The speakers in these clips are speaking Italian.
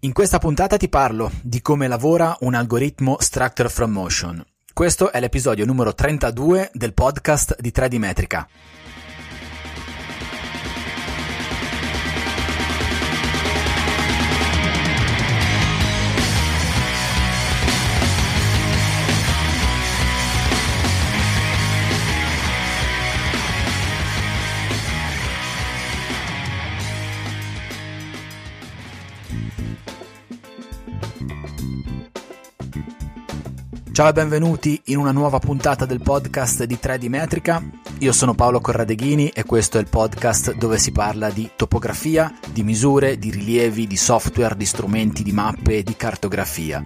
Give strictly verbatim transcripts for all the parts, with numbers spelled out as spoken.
In questa puntata ti parlo di come lavora un algoritmo Structure from Motion. Questo è l'episodio numero trentadue del podcast di tre D Metrica. Ciao e benvenuti in una nuova puntata del podcast di tre D Metrica. Io sono Paolo Corradeghini e questo è il podcast dove si parla di topografia, di misure, di rilievi, di software, di strumenti, di mappe e di cartografia.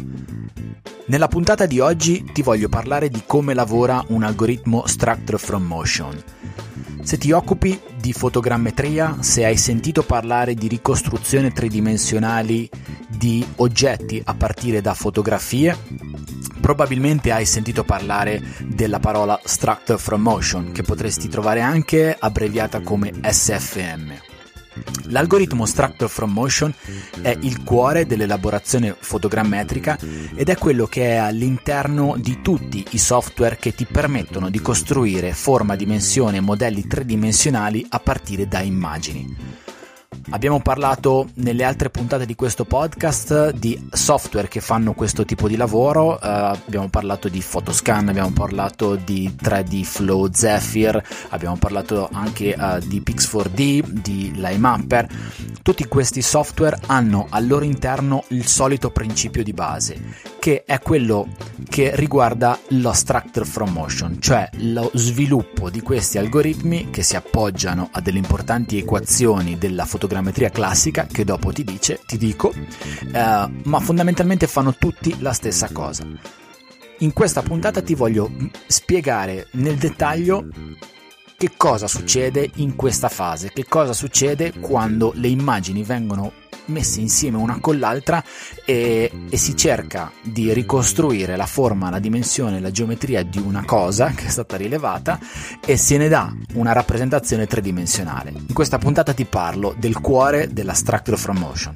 Nella puntata di oggi ti voglio parlare di come lavora un algoritmo Structure from Motion. Se ti occupi di fotogrammetria, se hai sentito parlare di ricostruzione tridimensionali di oggetti a partire da fotografie, probabilmente hai sentito parlare della parola Structure from Motion, che potresti trovare anche abbreviata come S F M. L'algoritmo Structure from Motion è il cuore dell'elaborazione fotogrammetrica ed è quello che è all'interno di tutti i software che ti permettono di costruire forma, dimensione e modelli tridimensionali a partire da immagini. Abbiamo parlato nelle altre puntate di questo podcast di software che fanno questo tipo di lavoro, uh, abbiamo parlato di Photoscan, abbiamo parlato di tre D Flow Zephyr, abbiamo parlato anche uh, di Pix four D, di Limemapper. Tutti questi software hanno al loro interno il solito principio di base, che è quello che riguarda lo Structure from Motion, cioè lo sviluppo di questi algoritmi che si appoggiano a delle importanti equazioni della fotogrammetria classica, che dopo ti dice, ti dico, eh, ma fondamentalmente fanno tutti la stessa cosa. In questa puntata ti voglio spiegare nel dettaglio che cosa succede in questa fase, che cosa succede quando le immagini vengono messe insieme una con l'altra e, e si cerca di ricostruire la forma, la dimensione, la geometria di una cosa che è stata rilevata e se ne dà una rappresentazione tridimensionale. In questa puntata ti parlo del cuore della Structure from Motion.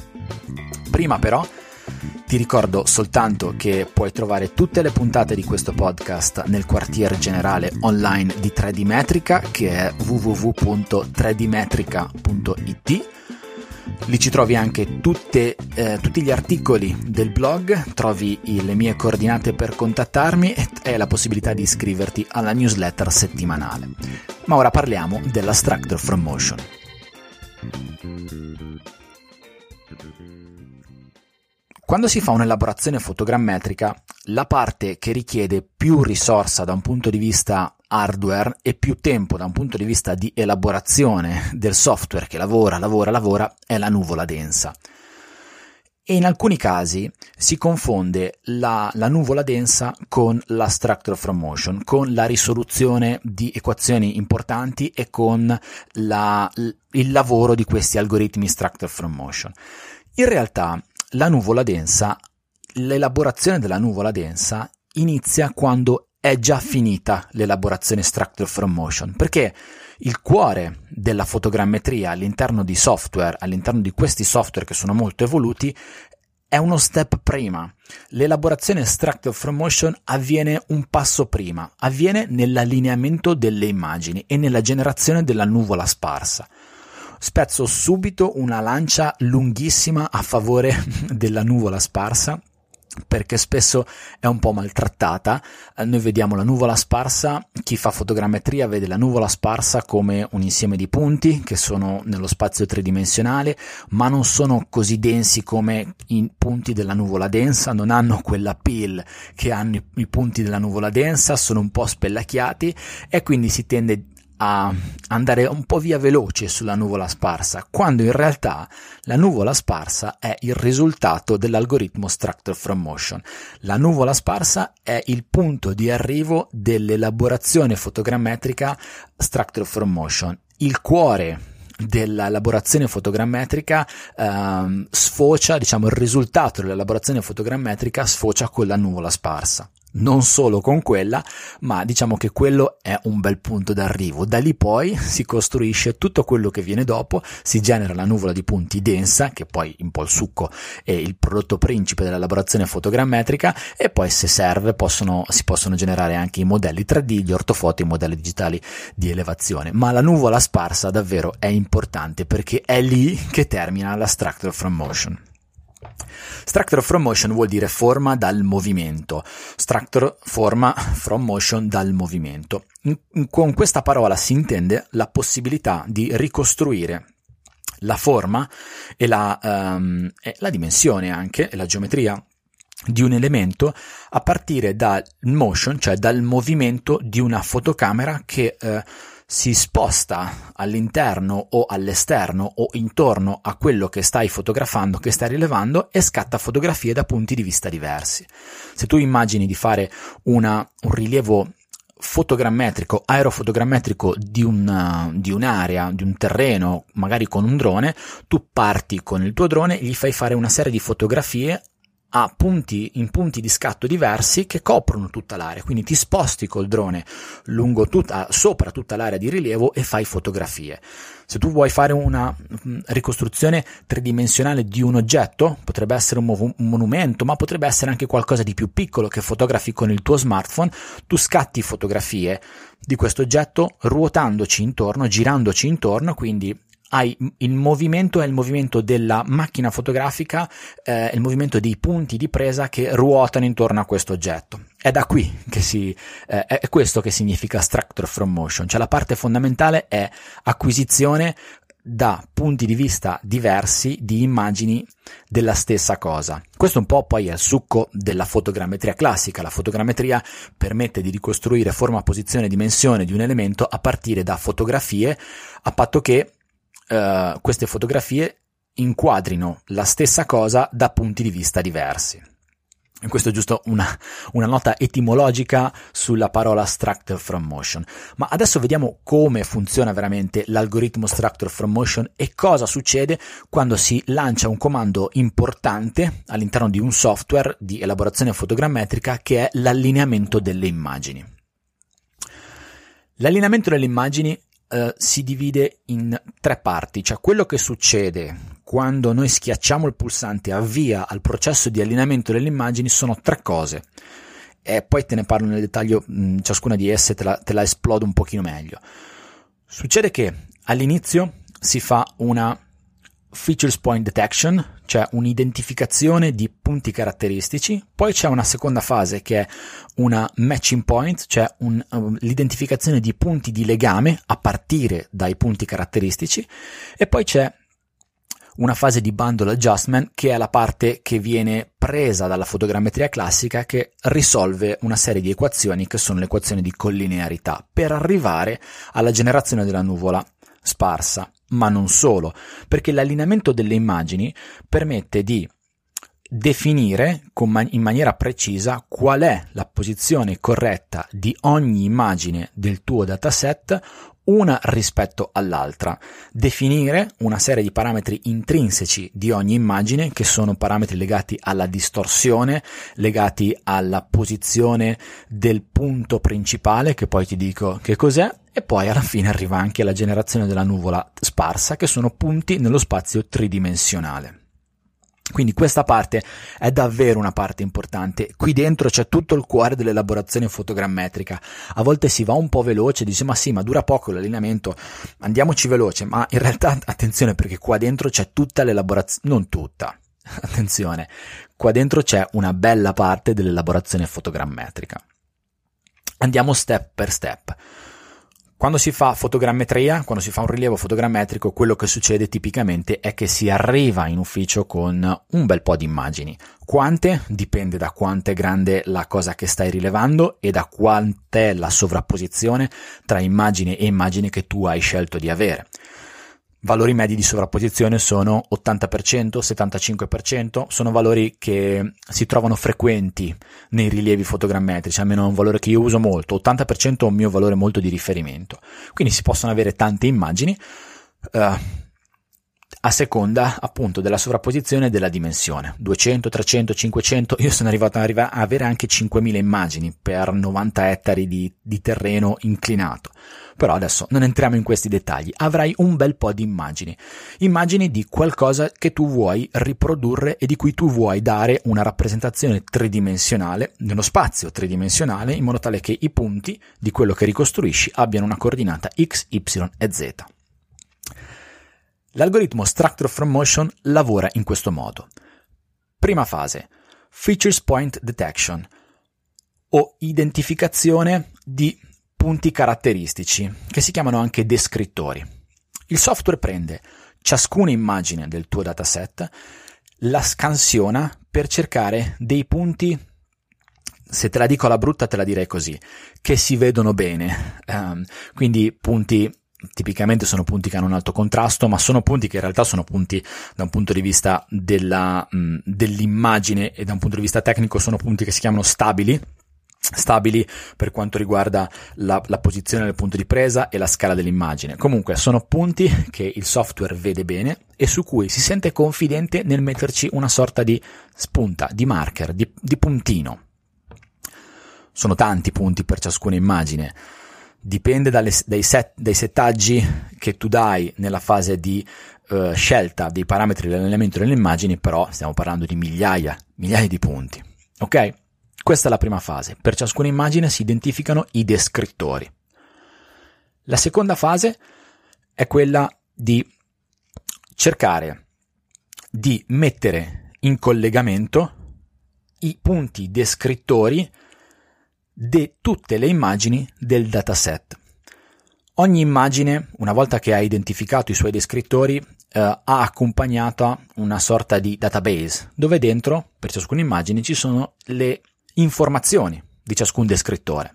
Prima però ti ricordo soltanto che puoi trovare tutte le puntate di questo podcast nel quartier generale online di tre D Metrica, che è w w w punto tre d metrica punto i t. Lì ci trovi anche tutte, eh, tutti gli articoli del blog, trovi le mie coordinate per contattarmi e, e la possibilità di iscriverti alla newsletter settimanale. Ma ora parliamo della Structure from Motion. Quando si fa un'elaborazione fotogrammetrica, la parte che richiede più risorsa da un punto di vista hardware e più tempo da un punto di vista di elaborazione del software che lavora, lavora, lavora è la nuvola densa. E in alcuni casi si confonde la, la nuvola densa con la Structure from Motion, con la risoluzione di equazioni importanti e con la, il lavoro di questi algoritmi Structure from Motion. In realtà la nuvola densa, l'elaborazione della nuvola densa inizia quando è già finita l'elaborazione Structure from Motion, perché il cuore della fotogrammetria all'interno di software, all'interno di questi software che sono molto evoluti, è uno step prima. L'elaborazione Structure from Motion avviene un passo prima, avviene nell'allineamento delle immagini e nella generazione della nuvola sparsa. Spezzo subito una lancia lunghissima a favore della nuvola sparsa, perché spesso è un po' maltrattata. Noi vediamo la nuvola sparsa, chi fa fotogrammetria vede la nuvola sparsa come un insieme di punti che sono nello spazio tridimensionale, ma non sono così densi come i punti della nuvola densa, non hanno quella peel che hanno i, i punti della nuvola densa, sono un po' spellacchiati e quindi si tende a andare un po' via veloce sulla nuvola sparsa, quando in realtà la nuvola sparsa è il risultato dell'algoritmo Structure from Motion. La nuvola sparsa è il punto di arrivo dell'elaborazione fotogrammetrica Structure from Motion. Il cuore dell'elaborazione fotogrammetrica ehm, sfocia, diciamo il risultato dell'elaborazione fotogrammetrica sfocia con la nuvola sparsa. non solo con quella, ma diciamo che quello è un bel punto d'arrivo. Da lì poi si costruisce tutto quello che viene dopo, si genera la nuvola di punti densa, che poi un po' il succo è il prodotto principe dell'elaborazione fotogrammetrica, e poi se serve possono, si possono generare anche i modelli tre D, gli ortofoto, i modelli digitali di elevazione. Ma la nuvola sparsa davvero è importante, perché è lì che termina la Structure from Motion. Structure from motion vuol dire forma dal movimento. Structure, forma from motion dal movimento. In, in, con questa parola si intende la possibilità di ricostruire la forma e la, um, e la dimensione anche, e la geometria di un elemento a partire dal motion, cioè dal movimento di una fotocamera che eh, si sposta all'interno o all'esterno o intorno a quello che stai fotografando, che stai rilevando, e scatta fotografie da punti di vista diversi. Se tu immagini di fare una, un rilievo fotogrammetrico, aerofotogrammetrico di, una, di un'area, di un terreno, magari con un drone, tu parti con il tuo drone, gli fai fare una serie di fotografie a punti, in punti di scatto diversi che coprono tutta l'area, quindi ti sposti col drone lungo tutta, sopra tutta l'area di rilievo e fai fotografie. Se tu vuoi fare una ricostruzione tridimensionale di un oggetto, potrebbe essere un, mov- un monumento, ma potrebbe essere anche qualcosa di più piccolo che fotografi con il tuo smartphone, tu scatti fotografie di questo oggetto ruotandoci intorno, girandoci intorno, quindi hai il movimento, è il movimento della macchina fotografica, eh, il movimento dei punti di presa che ruotano intorno a questo oggetto. È da qui che si, eh, è questo che significa Structure from Motion, cioè la parte fondamentale è acquisizione da punti di vista diversi di immagini della stessa cosa. Questo un po' poi è il succo della fotogrammetria classica. La fotogrammetria permette di ricostruire forma, posizione e dimensione di un elemento a partire da fotografie, a patto che Uh, queste fotografie inquadrino la stessa cosa da punti di vista diversi. E questo è giusto una, una nota etimologica sulla parola Structure from Motion. Ma adesso vediamo come funziona veramente l'algoritmo Structure from Motion e cosa succede quando si lancia un comando importante all'interno di un software di elaborazione fotogrammetrica, che è l'allineamento delle immagini. L'allineamento delle immagini Uh, si divide in tre parti, cioè quello che succede quando noi schiacciamo il pulsante avvia al processo di allineamento delle immagini sono tre cose, e poi te ne parlo nel dettaglio, mh, ciascuna di esse te la, te la esplodo un pochino meglio. Succede che all'inizio si fa una Features Point Detection, cioè un'identificazione di punti caratteristici, poi c'è una seconda fase che è una Matching Point, cioè un, um, l'identificazione di punti di legame a partire dai punti caratteristici, e poi c'è una fase di Bundle Adjustment, che è la parte che viene presa dalla fotogrammetria classica, che risolve una serie di equazioni che sono le equazioni di collinearità per arrivare alla generazione della nuvola sparsa. Ma non solo, perché l'allineamento delle immagini permette di definire in maniera precisa qual è la posizione corretta di ogni immagine del tuo dataset una rispetto all'altra, definire una serie di parametri intrinseci di ogni immagine, che sono parametri legati alla distorsione, legati alla posizione del punto principale, che poi ti dico che cos'è, e poi alla fine arriva anche la generazione della nuvola sparsa, che sono punti nello spazio tridimensionale. Quindi questa parte è davvero una parte importante. Qui dentro c'è tutto il cuore dell'elaborazione fotogrammetrica. A volte si va un po' veloce, dice ma sì, ma dura poco l'allineamento, andiamoci veloce, ma in realtà attenzione, perché qua dentro c'è tutta l'elaborazione, non tutta, attenzione, qua dentro c'è una bella parte dell'elaborazione fotogrammetrica. Andiamo step per step. Quando si fa fotogrammetria, quando si fa un rilievo fotogrammetrico, quello che succede tipicamente è che si arriva in ufficio con un bel po' di immagini. Quante? Dipende da quanto è grande la cosa che stai rilevando e da quant'è la sovrapposizione tra immagine e immagine che tu hai scelto di avere. Valori medi di sovrapposizione sono ottanta per cento, settantacinque per cento, sono valori che si trovano frequenti nei rilievi fotogrammetrici, almeno è un valore che io uso molto. Ottanta per cento è un mio valore molto di riferimento, quindi si possono avere tante immagini. Uh, a seconda appunto della sovrapposizione e della dimensione. duecento, trecento, cinquecento, io sono arrivato a avere anche cinquemila immagini per novanta ettari di, di terreno inclinato. Però adesso non entriamo in questi dettagli. Avrai un bel po' di immagini, immagini di qualcosa che tu vuoi riprodurre e di cui tu vuoi dare una rappresentazione tridimensionale, nello spazio tridimensionale, in modo tale che i punti di quello che ricostruisci abbiano una coordinata x, y e z. L'algoritmo Structure from Motion lavora in questo modo. Prima fase, Features Point Detection, o identificazione di punti caratteristici, che si chiamano anche descrittori. Il software prende ciascuna immagine del tuo dataset, la scansiona per cercare dei punti, se te la dico alla brutta te la direi così, che si vedono bene, um, quindi punti tipicamente sono punti che hanno un alto contrasto, ma sono punti che in realtà sono punti da un punto di vista della, mh, dell'immagine e da un punto di vista tecnico sono punti che si chiamano stabili, stabili per quanto riguarda la, la posizione del punto di presa e la scala dell'immagine. Comunque sono punti che il software vede bene e su cui si sente confidente nel metterci una sorta di spunta, di marker, di, di puntino. Sono tanti punti per ciascuna immagine. Dipende dalle, dai, set, dai settaggi che tu dai nella fase di uh, scelta dei parametri dell'elemento delle immagini, però stiamo parlando di migliaia, migliaia di punti. Ok? Questa è la prima fase. Per ciascuna immagine si identificano i descrittori. La seconda fase è quella di cercare di mettere in collegamento i punti descrittori di tutte le immagini del dataset. Ogni immagine, una volta che ha identificato i suoi descrittori, eh, ha accompagnata una sorta di database, dove dentro, per ciascuna immagine, ci sono le informazioni di ciascun descrittore.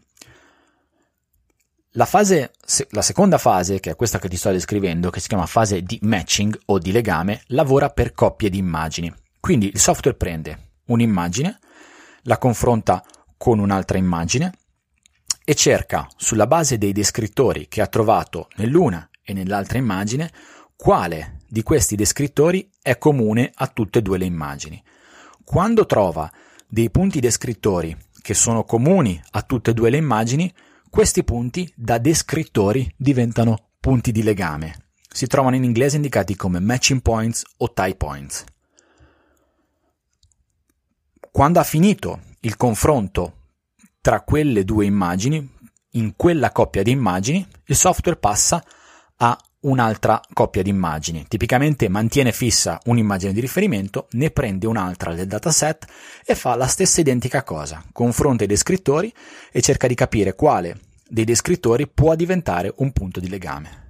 La fase, la seconda fase, che è questa che ti sto descrivendo, che si chiama fase di matching o di legame, lavora per coppie di immagini. Quindi il software prende un'immagine, la confronta con un'altra immagine e cerca, sulla base dei descrittori che ha trovato nell'una e nell'altra immagine, quale di questi descrittori è comune a tutte e due le immagini. Quando trova dei punti descrittori che sono comuni a tutte e due le immagini, questi punti da descrittori diventano punti di legame. Si trovano in inglese indicati come matching points o tie points. Quando ha finito il confronto tra quelle due immagini, in quella coppia di immagini, il software passa a un'altra coppia di immagini. Tipicamente mantiene fissa un'immagine di riferimento, ne prende un'altra del dataset e fa la stessa identica cosa. Confronta i descrittori e cerca di capire quale dei descrittori può diventare un punto di legame.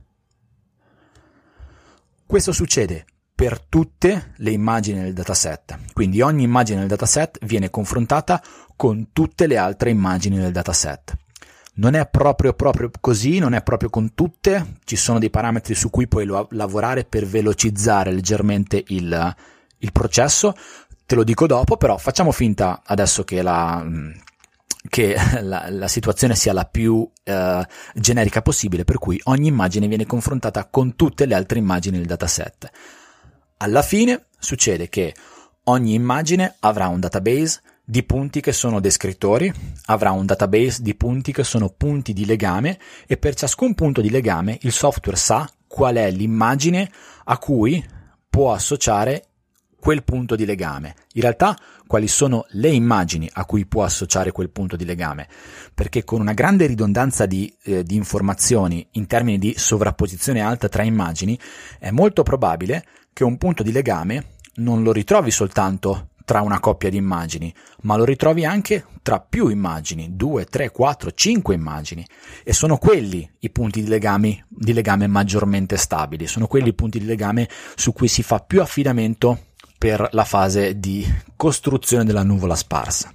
Questo succede per tutte le immagini del dataset, quindi ogni immagine del dataset viene confrontata con tutte le altre immagini del dataset. Non è proprio proprio così, non è proprio con tutte, ci sono dei parametri su cui puoi lo- lavorare per velocizzare leggermente il, il processo, te lo dico dopo, però facciamo finta adesso che la, che la, la situazione sia la più eh, generica possibile, per cui ogni immagine viene confrontata con tutte le altre immagini del dataset. Alla fine succede che ogni immagine avrà un database di punti che sono descrittori, avrà un database di punti che sono punti di legame e per ciascun punto di legame il software sa qual è l'immagine a cui può associare quel punto di legame. In realtà quali sono le immagini a cui può associare quel punto di legame, perché con una grande ridondanza di, eh, di informazioni in termini di sovrapposizione alta tra immagini è molto probabile che un punto di legame non lo ritrovi soltanto tra una coppia di immagini, ma lo ritrovi anche tra più immagini, due, tre, quattro, cinque immagini, e sono quelli i punti di legame, di legame maggiormente stabili, sono quelli i punti di legame su cui si fa più affidamento per la fase di costruzione della nuvola sparsa.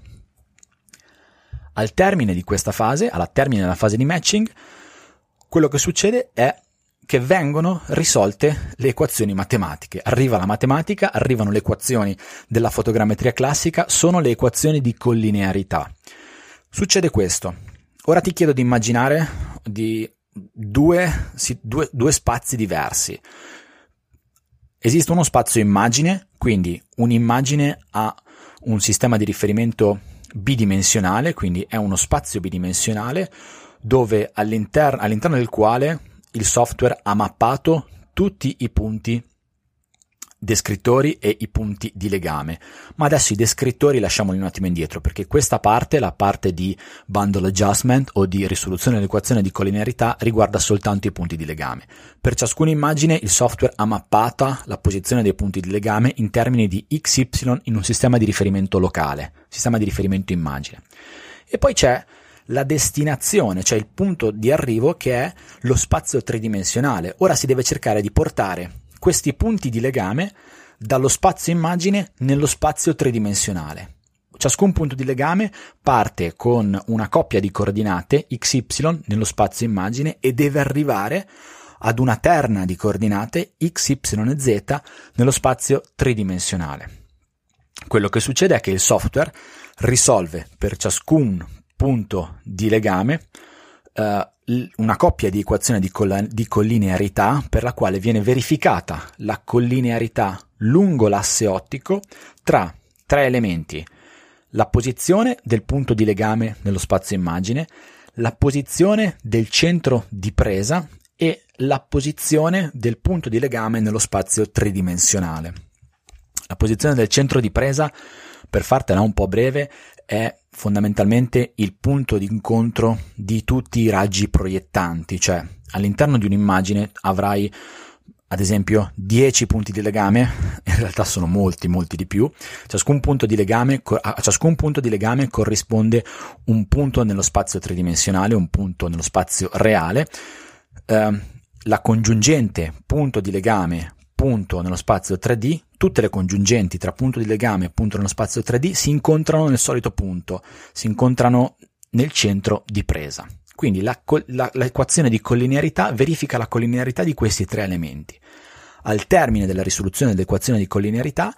Al termine di questa fase, alla termine della fase di matching, quello che succede è che vengono risolte le equazioni matematiche. Arriva la matematica, arrivano le equazioni della fotogrammetria classica, sono le equazioni di collinearità. Succede questo. Ora ti chiedo di immaginare di due, sì, due, due spazi diversi. Esiste uno spazio immagine, quindi un'immagine ha un sistema di riferimento bidimensionale, quindi è uno spazio bidimensionale dove all'inter- all'interno del quale il software ha mappato tutti i punti descrittori e i punti di legame. Ma adesso i descrittori lasciamoli un attimo indietro, perché questa parte, la parte di bundle adjustment o di risoluzione dell'equazione di collinearità, riguarda soltanto i punti di legame. Per ciascuna immagine il software ha mappata la posizione dei punti di legame in termini di X Y in un sistema di riferimento locale, sistema di riferimento immagine. E poi c'è la destinazione, cioè il punto di arrivo, che è lo spazio tridimensionale. Ora si deve cercare di portare questi punti di legame dallo spazio immagine nello spazio tridimensionale. Ciascun punto di legame parte con una coppia di coordinate X Y nello spazio immagine e deve arrivare ad una terna di coordinate X Y e Z nello spazio tridimensionale. Quello che succede è che il software risolve per ciascun punto di legame uh, una coppia di equazioni di, coll- di collinearità per la quale viene verificata la collinearità lungo l'asse ottico tra tre elementi: la posizione del punto di legame nello spazio immagine, la posizione del centro di presa e la posizione del punto di legame nello spazio tridimensionale. La posizione del centro di presa, per fartela un po' breve, è fondamentalmente il punto di incontro di tutti i raggi proiettanti, cioè all'interno di un'immagine avrai ad esempio dieci punti di legame, in realtà sono molti, molti di più. Ciascun punto di legame, a ciascun punto di legame corrisponde un punto nello spazio tridimensionale, un punto nello spazio reale. Eh, la congiungente punto di legame punto nello spazio tre D, tutte le congiungenti tra punto di legame e punto nello spazio tre D si incontrano nel solito punto, si incontrano nel centro di presa. Quindi la, la, l'equazione di collinearità verifica la collinearità di questi tre elementi. Al termine della risoluzione dell'equazione di collinearità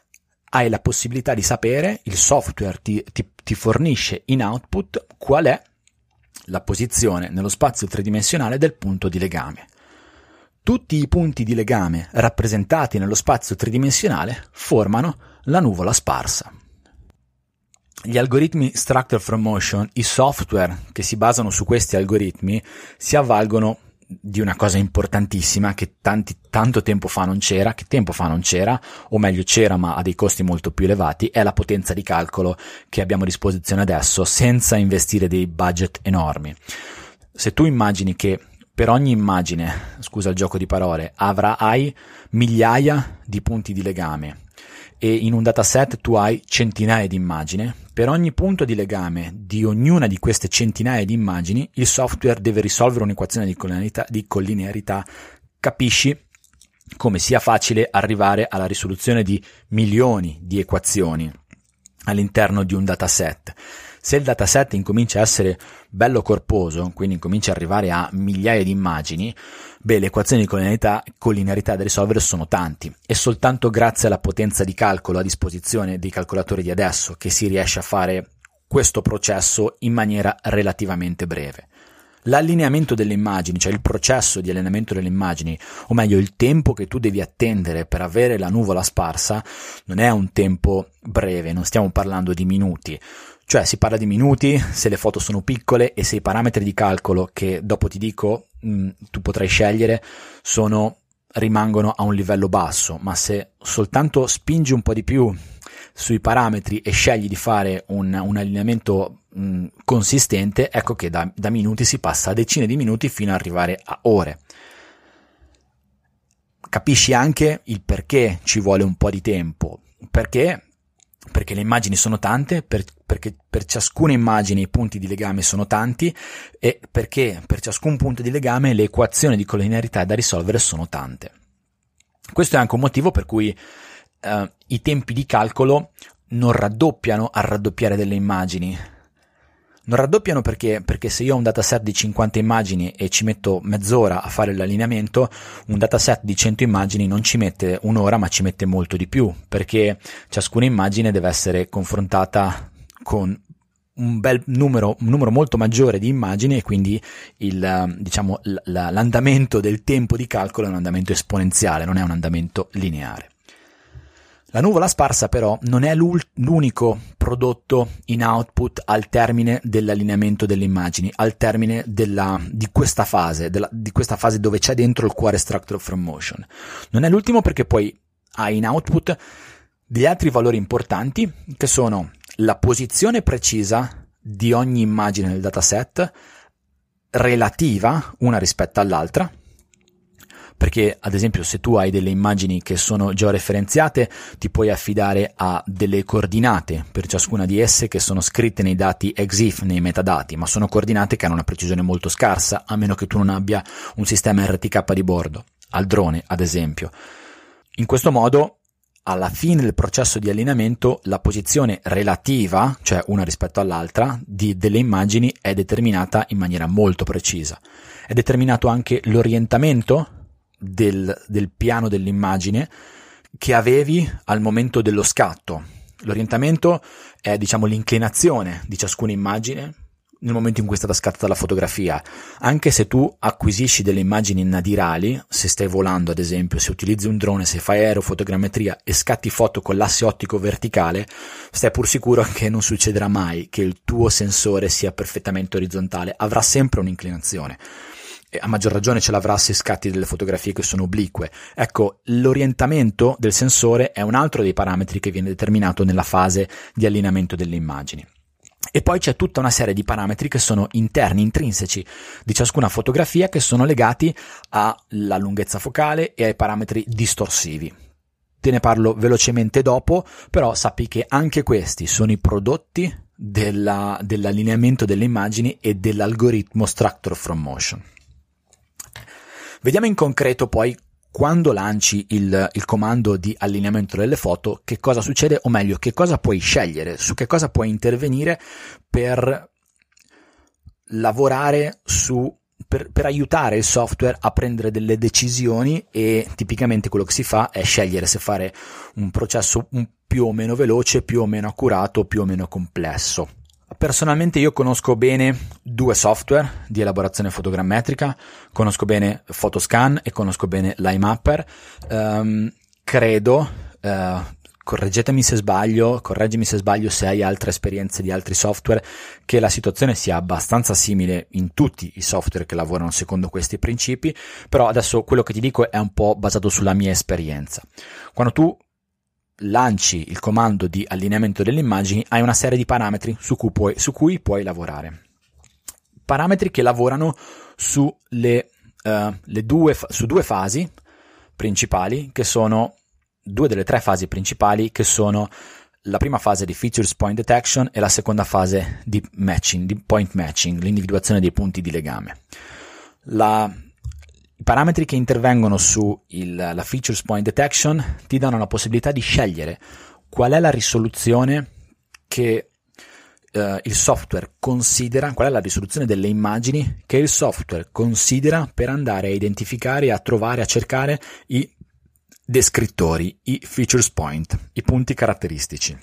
hai la possibilità di sapere, il software ti, ti, ti fornisce in output qual è la posizione nello spazio tridimensionale del punto di legame. Tutti i punti di legame rappresentati nello spazio tridimensionale formano la nuvola sparsa. Gli algoritmi Structure from Motion, i software che si basano su questi algoritmi, si avvalgono di una cosa importantissima che tanti, tanto tempo fa non c'era, che tempo fa non c'era, o meglio c'era ma a dei costi molto più elevati, è la potenza di calcolo che abbiamo a disposizione adesso senza investire dei budget enormi. Se tu immagini che per ogni immagine, scusa il gioco di parole, avrai migliaia di punti di legame e in un dataset tu hai centinaia di immagini, per ogni punto di legame di ognuna di queste centinaia di immagini il software deve risolvere un'equazione di collinearità, di collinearità. Capisci come sia facile arrivare alla risoluzione di milioni di equazioni all'interno di un dataset. Se il dataset incomincia a essere bello corposo, quindi incomincia ad arrivare a migliaia di immagini, beh, le equazioni di collinearità, collinearità da risolvere sono tanti, e soltanto grazie alla potenza di calcolo a disposizione dei calcolatori di adesso che si riesce a fare questo processo in maniera relativamente breve. L'allineamento delle immagini, cioè il processo di allineamento delle immagini, o meglio il tempo che tu devi attendere per avere la nuvola sparsa, non è un tempo breve, non stiamo parlando di minuti. Cioè si parla di minuti se le foto sono piccole e se i parametri di calcolo che dopo ti dico mh, tu potrai scegliere sono, rimangono a un livello basso, ma se soltanto spingi un po' di più sui parametri e scegli di fare un, un allineamento mh, consistente, ecco che da, da minuti si passa a decine di minuti fino ad arrivare a ore. Capisci anche il perché ci vuole un po' di tempo, perché perché le immagini sono tante, per, perché per ciascuna immagine i punti di legame sono tanti e perché per ciascun punto di legame le equazioni di collinearità da risolvere sono tante. Questo è anche un motivo per cui uh, i tempi di calcolo non raddoppiano al raddoppiare delle immagini. Non raddoppiano perché, perché se io ho un dataset di cinquanta immagini e ci metto mezz'ora a fare l'allineamento, un dataset di cento immagini non ci mette un'ora ma ci mette molto di più, perché ciascuna immagine deve essere confrontata con un bel numero, un numero molto maggiore di immagini e quindi il, diciamo, l'andamento del tempo di calcolo è un andamento esponenziale, non è un andamento lineare. La nuvola sparsa però non è l'unico prodotto in output al termine dell'allineamento delle immagini, al termine della, di questa fase, della, di questa fase dove c'è dentro il core structure from motion. Non è l'ultimo perché poi ha in output degli altri valori importanti che sono la posizione precisa di ogni immagine nel dataset relativa una rispetto all'altra, perché ad esempio se tu hai delle immagini che sono georeferenziate ti puoi affidare a delle coordinate per ciascuna di esse che sono scritte nei dati E X I F, nei metadati, ma sono coordinate che hanno una precisione molto scarsa a meno che tu non abbia un sistema R T K di bordo, al drone ad esempio. In questo modo alla fine del processo di allineamento la posizione relativa, cioè una rispetto all'altra, di, delle immagini è determinata in maniera molto precisa. È determinato anche l'orientamento Del, del piano dell'immagine che avevi al momento dello scatto. L'orientamento è, diciamo, l'inclinazione di ciascuna immagine nel momento in cui è stata scattata la fotografia. Anche se tu acquisisci delle immagini nadirali, se stai volando ad esempio, se utilizzi un drone, se fai aerofotogrammetria e scatti foto con l'asse ottico verticale, stai pur sicuro che non succederà mai che il tuo sensore sia perfettamente orizzontale, avrà sempre un'inclinazione. E a maggior ragione ce l'avrà se scatti delle fotografie che sono oblique. Ecco, l'orientamento del sensore è un altro dei parametri che viene determinato nella fase di allineamento delle immagini. E poi c'è tutta una serie di parametri che sono interni, intrinseci di ciascuna fotografia, che sono legati alla lunghezza focale e ai parametri distorsivi. Te ne parlo velocemente dopo, però sappi che anche questi sono i prodotti della, dell'allineamento delle immagini e dell'algoritmo Structure from Motion. Vediamo in concreto poi quando lanci il, il comando di allineamento delle foto che cosa succede, o meglio che cosa puoi scegliere, su che cosa puoi intervenire per lavorare su, per, per aiutare il software a prendere delle decisioni. E tipicamente quello che si fa è scegliere se fare un processo un più o meno veloce, più o meno accurato, più o meno complesso. Personalmente io conosco bene due software di elaborazione fotogrammetrica, conosco bene Photoscan e conosco bene Limemapper. Um, credo, uh, correggetemi se sbaglio, correggimi se sbaglio se hai altre esperienze di altri software, che la situazione sia abbastanza simile in tutti i software che lavorano secondo questi principi, però adesso quello che ti dico è un po' basato sulla mia esperienza. Quando tu lanci il comando di allineamento delle immagini hai una serie di parametri su cui puoi, su cui puoi lavorare. Parametri che lavorano su le, uh, le due, su due fasi principali, che sono due delle tre fasi principali, che sono la prima fase di Features Point Detection e la seconda fase di matching, di point matching, l'individuazione dei punti di legame. La I parametri che intervengono su il, la Features Point Detection ti danno la possibilità di scegliere qual è la risoluzione che eh, il software considera, qual è la risoluzione delle immagini che il software considera per andare a identificare, a trovare, a cercare i descrittori, i features point, i punti caratteristici.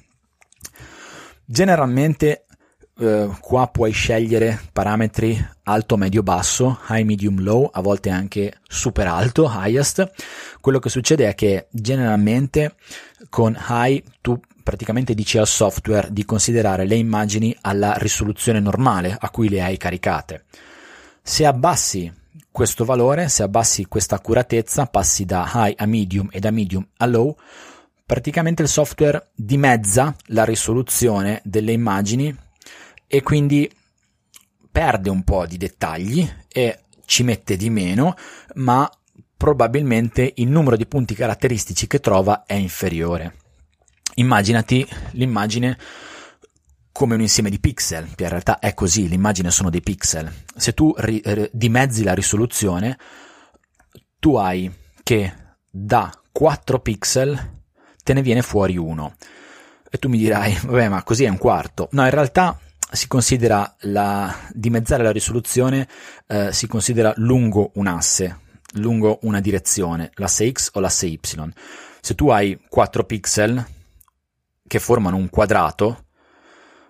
Generalmente Uh, qua puoi scegliere parametri alto, medio, basso, high, medium, low, a volte anche super alto, highest. Quello che succede è che generalmente con high tu praticamente dici al software di considerare le immagini alla risoluzione normale a cui le hai caricate. Se abbassi questo valore, se abbassi questa accuratezza, passi da high a medium e da medium a low, praticamente il software dimezza la risoluzione delle immagini e quindi perde un po' di dettagli e ci mette di meno, ma probabilmente il numero di punti caratteristici che trova è inferiore. Immaginati l'immagine come un insieme di pixel, che in realtà è così, l'immagine sono dei pixel. Se tu ri- ri- dimezzi la risoluzione, tu hai che da quattro pixel te ne viene fuori uno. E tu mi dirai, vabbè, ma così è un quarto. No, in realtà si considera la dimezzare la risoluzione, eh, si considera lungo un asse, lungo una direzione, l'asse X o l'asse Y. Se tu hai quattro pixel che formano un quadrato,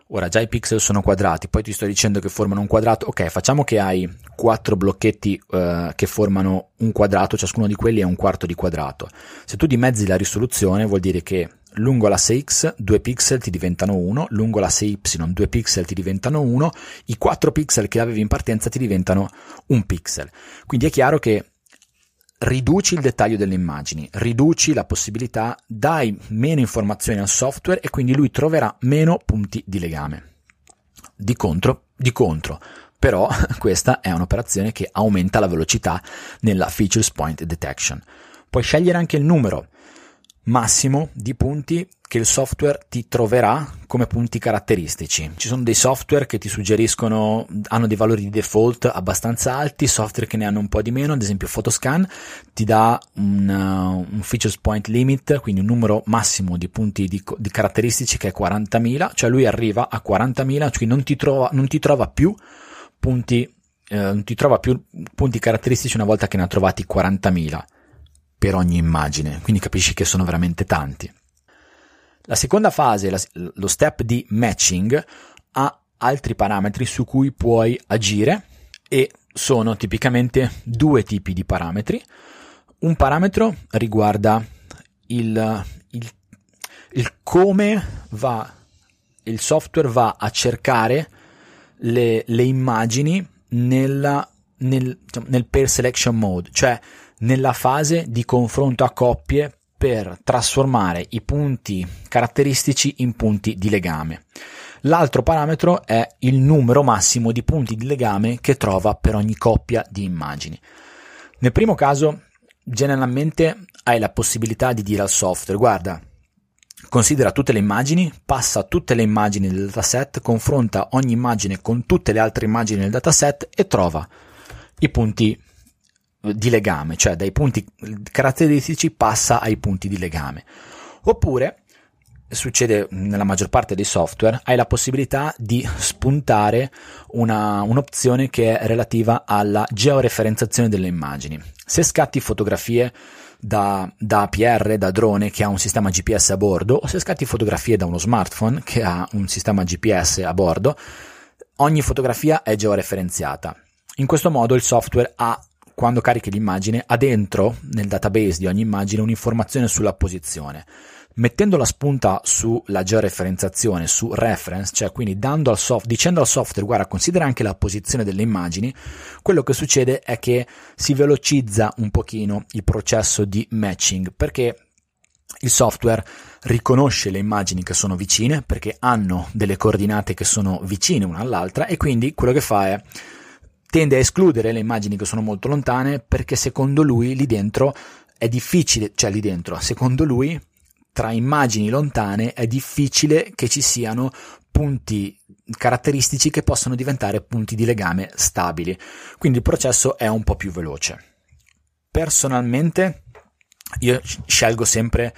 Ora già i pixel sono quadrati, poi ti sto dicendo che formano un quadrato. Ok, facciamo che hai quattro blocchetti uh, che formano un quadrato, ciascuno di quelli è un quarto di quadrato. Se tu dimezzi la risoluzione vuol dire che lungo l'asse X due pixel ti diventano uno, lungo l'asse Y due pixel ti diventano uno, i quattro pixel che avevi in partenza ti diventano un pixel. Quindi è chiaro che riduci il dettaglio delle immagini, riduci la possibilità, dai meno informazioni al software e quindi lui troverà meno punti di legame. Di contro, di contro, però questa è un'operazione che aumenta la velocità nella Features Point Detection. Puoi scegliere anche il numero massimo di punti che il software ti troverà come punti caratteristici. Ci sono dei software che ti suggeriscono, hanno dei valori di default abbastanza alti, software che ne hanno un po' di meno, ad esempio Photoscan ti dà un, uh, un features point limit, quindi un numero massimo di punti di, di caratteristici che è quarantamila, cioè lui arriva a quarantamila, cioè non ti trova, non ti trova più punti, eh, non ti trova più punti caratteristici una volta che ne ha trovati quarantamila per ogni immagine, quindi capisci che sono veramente tanti. La seconda fase, la, lo step di matching, ha altri parametri su cui puoi agire e sono tipicamente due tipi di parametri. Un parametro riguarda il, il, il come va il software va a cercare le, le immagini nella, nel, nel pair selection mode, cioè nella fase di confronto a coppie per trasformare i punti caratteristici in punti di legame. L'altro parametro è il numero massimo di punti di legame che trova per ogni coppia di immagini. Nel primo caso, generalmente hai la possibilità di dire al software: guarda, considera tutte le immagini, passa tutte le immagini del dataset, confronta ogni immagine con tutte le altre immagini del dataset e trova i punti di legame, cioè dai punti caratteristici passa ai punti di legame. Oppure, succede nella maggior parte dei software, hai la possibilità di spuntare una, un'opzione che è relativa alla georeferenziazione delle immagini. Se scatti fotografie da, da A P R, da drone che ha un sistema G P S a bordo, o se scatti fotografie da uno smartphone che ha un sistema G P S a bordo, ogni fotografia è georeferenziata. In questo modo il software ha, quando carichi l'immagine, ha dentro nel database di ogni immagine un'informazione sulla posizione. Mettendo la spunta sulla georeferenziazione, su reference, cioè quindi dando al soft, dicendo al software: guarda, considera anche la posizione delle immagini, quello che succede è che si velocizza un pochino il processo di matching, perché il software riconosce le immagini che sono vicine, perché hanno delle coordinate che sono vicine una all'altra, e quindi quello che fa è tende a escludere le immagini che sono molto lontane, perché secondo lui lì dentro è difficile, cioè lì dentro, secondo lui, tra immagini lontane è difficile che ci siano punti caratteristici che possano diventare punti di legame stabili. Quindi il processo è un po' più veloce. Personalmente io scelgo sempre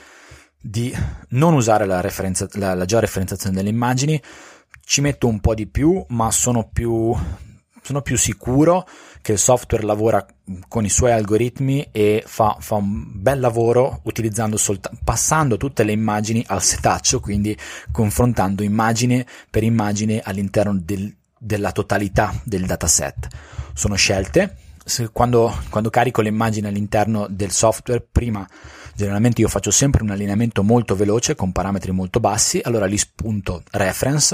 di non usare la, referenza, la, la georeferenziazione delle immagini, ci metto un po' di più, ma sono più... sono più sicuro che il software lavora con i suoi algoritmi e fa, fa un bel lavoro utilizzando solta- passando tutte le immagini al setaccio, quindi confrontando immagine per immagine all'interno del, della totalità del dataset. Sono scelte. Se, quando, quando carico le immagini all'interno del software, prima generalmente io faccio sempre un allineamento molto veloce con parametri molto bassi, allora li spunto reference.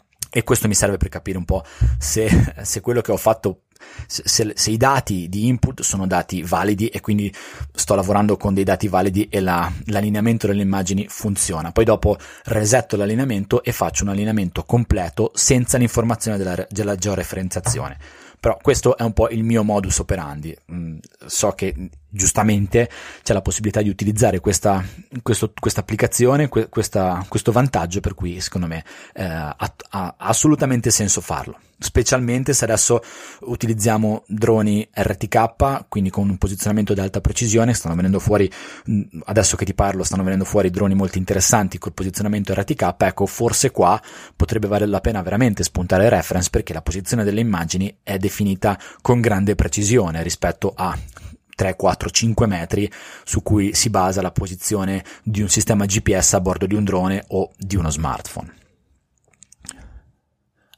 E questo mi serve per capire un po' se, se quello che ho fatto, se, se, se i dati di input sono dati validi, e quindi sto lavorando con dei dati validi e la, l'allineamento delle immagini funziona. Poi dopo resetto l'allineamento e faccio un allineamento completo senza l'informazione della, della georeferenziazione. Però questo è un po' il mio modus operandi. Mm, so che giustamente c'è la possibilità di utilizzare questa questo, questa applicazione, que, questa, questo vantaggio, per cui secondo me eh, ha, ha assolutamente senso farlo, specialmente se adesso utilizziamo droni R T K, quindi con un posizionamento di alta precisione. Stanno venendo fuori, adesso che ti parlo, stanno venendo fuori droni molto interessanti col posizionamento R T K. Ecco, forse qua potrebbe valere la pena veramente spuntare reference, perché la posizione delle immagini è definita con grande precisione rispetto a tre, quattro, cinque metri su cui si basa la posizione di un sistema G P S a bordo di un drone o di uno smartphone.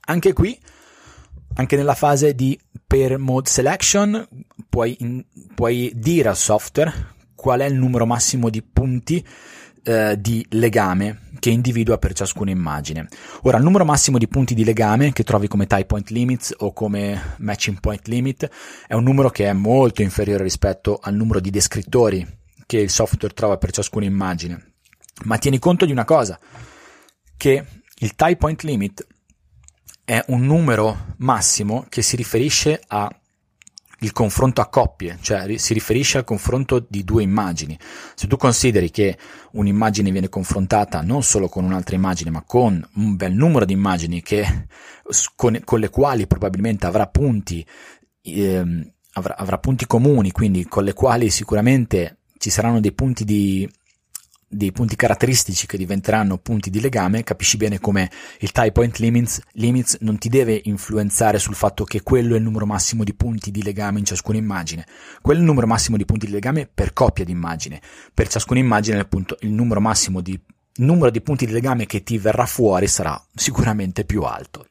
Anche qui, anche nella fase di pair mode selection, puoi, in, puoi dire al software qual è il numero massimo di punti eh, di legame che individua per ciascuna immagine. Ora, il numero massimo di punti di legame che trovi come tie point limits o come matching point limit è un numero che è molto inferiore rispetto al numero di descrittori che il software trova per ciascuna immagine. Ma tieni conto di una cosa, che il tie point limit è un numero massimo che si riferisce a il confronto a coppie, cioè si riferisce al confronto di due immagini. Se tu consideri che un'immagine viene confrontata non solo con un'altra immagine, ma con un bel numero di immagini che, con, con le quali probabilmente avrà punti, ehm, avrà, avrà punti comuni, quindi con le quali sicuramente ci saranno dei punti di dei punti caratteristici che diventeranno punti di legame, capisci bene come il tie point limits, limits non ti deve influenzare sul fatto che quello è il numero massimo di punti di legame in ciascuna immagine. Quello è il numero massimo di punti di legame per coppia di immagine. Per ciascuna immagine appunto il numero massimo di il numero di punti di legame che ti verrà fuori sarà sicuramente più alto.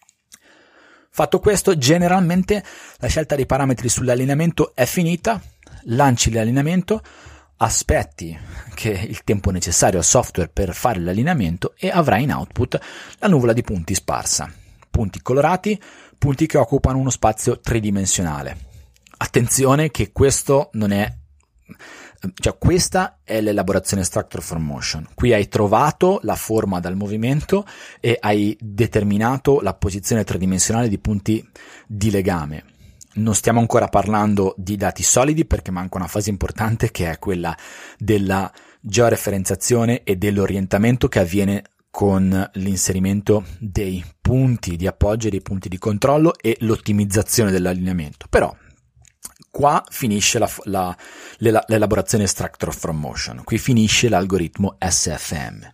Fatto questo, generalmente la scelta dei parametri sull'allineamento è finita, lanci l'allineamento, aspetti che il tempo necessario al software per fare l'allineamento e avrai in output la nuvola di punti sparsa, punti colorati, punti che occupano uno spazio tridimensionale. Attenzione che questo non è, cioè questa è l'elaborazione Structure from Motion. Qui hai trovato la forma dal movimento e hai determinato la posizione tridimensionale di punti di legame. Non stiamo ancora parlando di dati solidi perché manca una fase importante che è quella della georeferenziazione e dell'orientamento che avviene con l'inserimento dei punti di appoggio e dei punti di controllo e l'ottimizzazione dell'allineamento. Però qua finisce la, la, l'elaborazione Structure from Motion, qui finisce l'algoritmo S F M.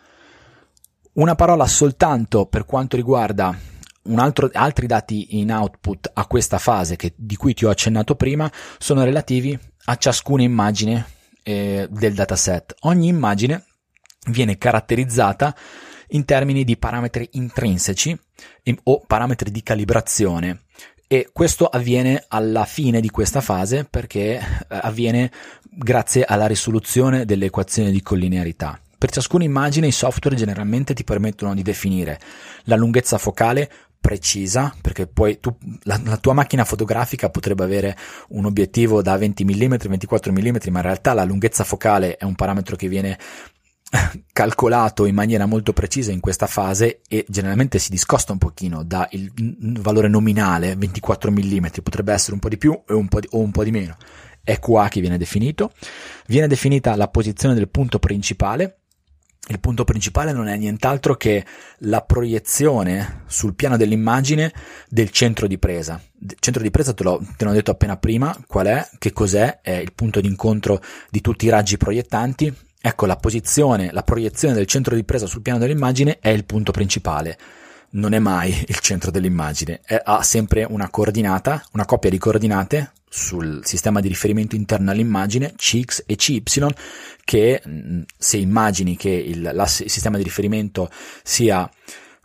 Una parola soltanto per quanto riguarda Un altro, altri dati in output a questa fase che, di cui ti ho accennato prima sono relativi a ciascuna immagine eh, del dataset. Ogni immagine viene caratterizzata in termini di parametri intrinseci in, o parametri di calibrazione, e questo avviene alla fine di questa fase perché eh, avviene grazie alla risoluzione delle equazioni di collinearità. Per ciascuna immagine i software generalmente ti permettono di definire la lunghezza focale precisa, perché poi tu, la, la tua macchina fotografica potrebbe avere un obiettivo da venti millimetri, ventiquattro millimetri, ma in realtà la lunghezza focale è un parametro che viene calcolato in maniera molto precisa in questa fase e generalmente si discosta un pochino dal valore nominale ventiquattro millimetri, potrebbe essere un po' di più o un po' di, o un po' di meno. È qua che viene definito. Viene definita la posizione del punto principale. Il punto principale non è nient'altro che la proiezione sul piano dell'immagine del centro di presa. Il centro di presa te l'ho, te l'ho detto appena prima, qual è, che cos'è, è il punto di incontro di tutti i raggi proiettanti. Ecco, la posizione, la proiezione del centro di presa sul piano dell'immagine è il punto principale. Non è mai il centro dell'immagine, è, ha sempre una coordinata, una coppia di coordinate sul sistema di riferimento interno all'immagine, C X e C Y, che se immagini che il, la, il sistema di riferimento sia uh,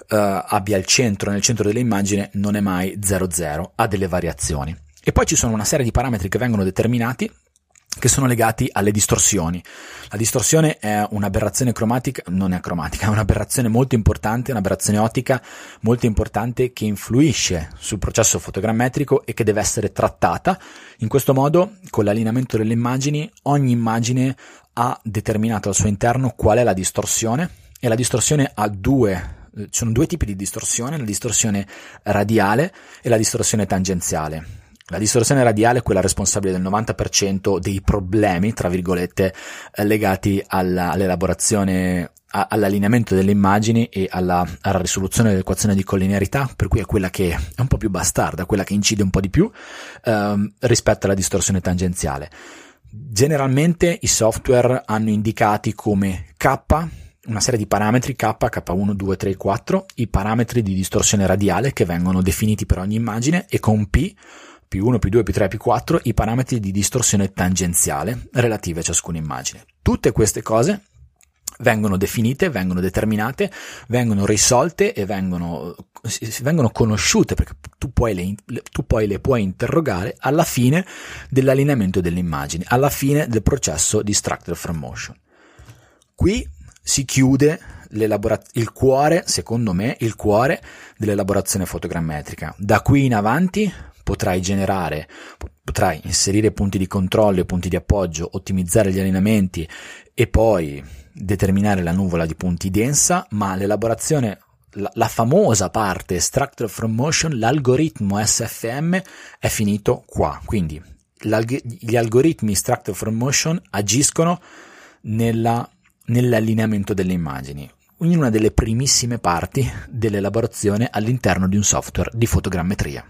abbia il centro nel centro dell'immagine, non è mai zero zero, ha delle variazioni. E poi ci sono una serie di parametri che vengono determinati che sono legati alle distorsioni. La distorsione è un'aberrazione cromatica, non è cromatica, è un'aberrazione molto importante, un'aberrazione ottica molto importante che influisce sul processo fotogrammetrico e che deve essere trattata. In questo modo, con l'allineamento delle immagini, ogni immagine ha determinato al suo interno qual è la distorsione, e la distorsione ha due, ci sono due tipi di distorsione, la distorsione radiale e la distorsione tangenziale. La distorsione radiale è quella responsabile del novanta per cento dei problemi, tra virgolette, legati alla, all'elaborazione, a, all'allineamento delle immagini e alla, alla risoluzione dell'equazione di collinearità, per cui è quella che è un po' più bastarda, quella che incide un po' di più ehm, rispetto alla distorsione tangenziale. Generalmente i software hanno indicati come K una serie di parametri K, K uno, due, tre, quattro, i parametri di distorsione radiale che vengono definiti per ogni immagine, e con P più uno, più due, più tre, più quattro, i parametri di distorsione tangenziale relativi a ciascuna immagine. Tutte queste cose vengono definite, vengono determinate, vengono risolte e vengono, vengono conosciute, perché tu poi, le, tu poi le puoi interrogare alla fine dell'allineamento delle immagini, alla fine del processo di Structure from Motion. Qui si chiude il cuore, secondo me, il cuore dell'elaborazione fotogrammetrica. Da qui in avanti potrai generare, potrai inserire punti di controllo e punti di appoggio, ottimizzare gli allineamenti e poi determinare la nuvola di punti densa, ma l'elaborazione, la, la famosa parte Structure from Motion, l'algoritmo S F M è finito qua. Quindi gli algoritmi Structure from Motion agiscono nella, nell'allineamento delle immagini, in una delle primissime parti dell'elaborazione all'interno di un software di fotogrammetria.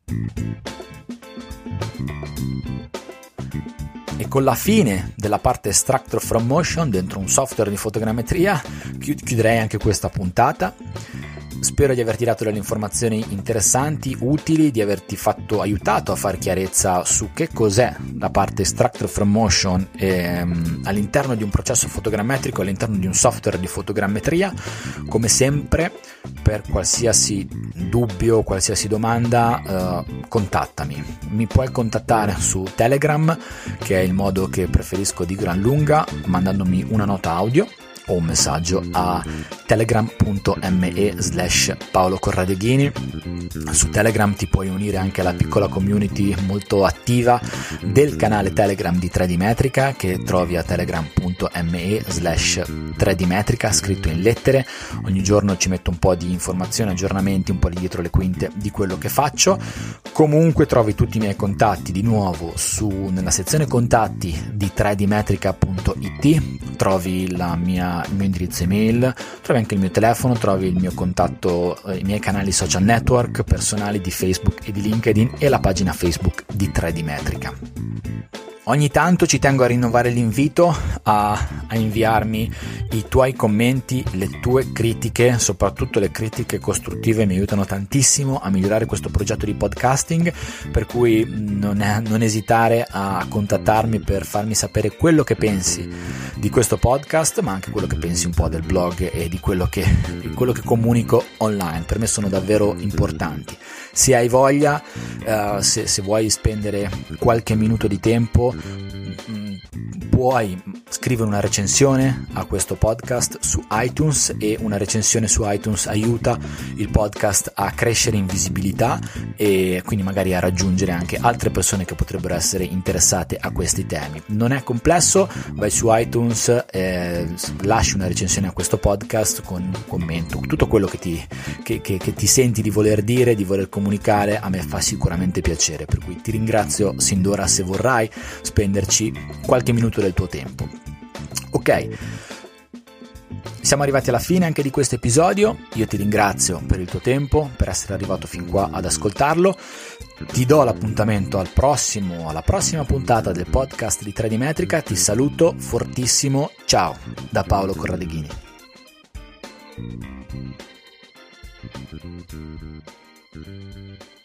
E con la fine della parte Structure from Motion dentro un software di fotogrammetria chiuderei anche questa puntata. Spero di averti dato delle informazioni interessanti, utili, di averti fatto aiutato a fare chiarezza su che cos'è la parte Structure from Motion ehm, all'interno di un processo fotogrammetrico, all'interno di un software di fotogrammetria. Come sempre, per qualsiasi dubbio, qualsiasi domanda, eh, contattami. Mi puoi contattare su Telegram, che è il modo che preferisco di gran lunga, mandandomi una nota audio o un messaggio a telegram.me slash Paolo Corradeghini. Su Telegram ti puoi unire anche alla piccola community molto attiva del canale Telegram di tre D Metrica, che trovi a telegram.me slash 3D Metrica scritto in lettere. Ogni giorno ci metto un po' di informazioni, aggiornamenti, un po' di dietro le quinte di quello che faccio. Comunque trovi tutti i miei contatti di nuovo su nella sezione contatti di tre D metrica punto it, trovi la mia, il mio indirizzo email, trovi anche il mio telefono, trovi il mio contatto, eh, i miei canali social network personali di Facebook e di LinkedIn e la pagina Facebook di tre D Metrica. Ogni tanto ci tengo a rinnovare l'invito a, a inviarmi i tuoi commenti, le tue critiche, soprattutto le critiche costruttive mi aiutano tantissimo a migliorare questo progetto di podcasting, per cui non, è, non esitare a contattarmi per farmi sapere quello che pensi di questo podcast, ma anche quello che pensi un po' del blog e di quello che, quello che comunico online. Per me sono davvero importanti. Se hai voglia, uh, se, se vuoi spendere qualche minuto di tempo, puoi scrivere una recensione a questo podcast su iTunes, e una recensione su iTunes aiuta il podcast a crescere in visibilità e quindi magari a raggiungere anche altre persone che potrebbero essere interessate a questi temi. Non è complesso, vai su iTunes, eh, lasci una recensione a questo podcast con un commento, tutto quello che ti, che, che, che ti senti di voler dire, di voler comunicare, a me fa sicuramente piacere, per cui ti ringrazio sin d'ora se vorrai spenderci qualche minuto del tuo tempo. Ok, siamo arrivati alla fine anche di questo episodio. Io ti ringrazio per il tuo tempo, per essere arrivato fin qua ad ascoltarlo. Ti do l'appuntamento al prossimo, alla prossima puntata del podcast di tre D Metrica. Ti saluto fortissimo, ciao da Paolo Corradeghini. Thank you.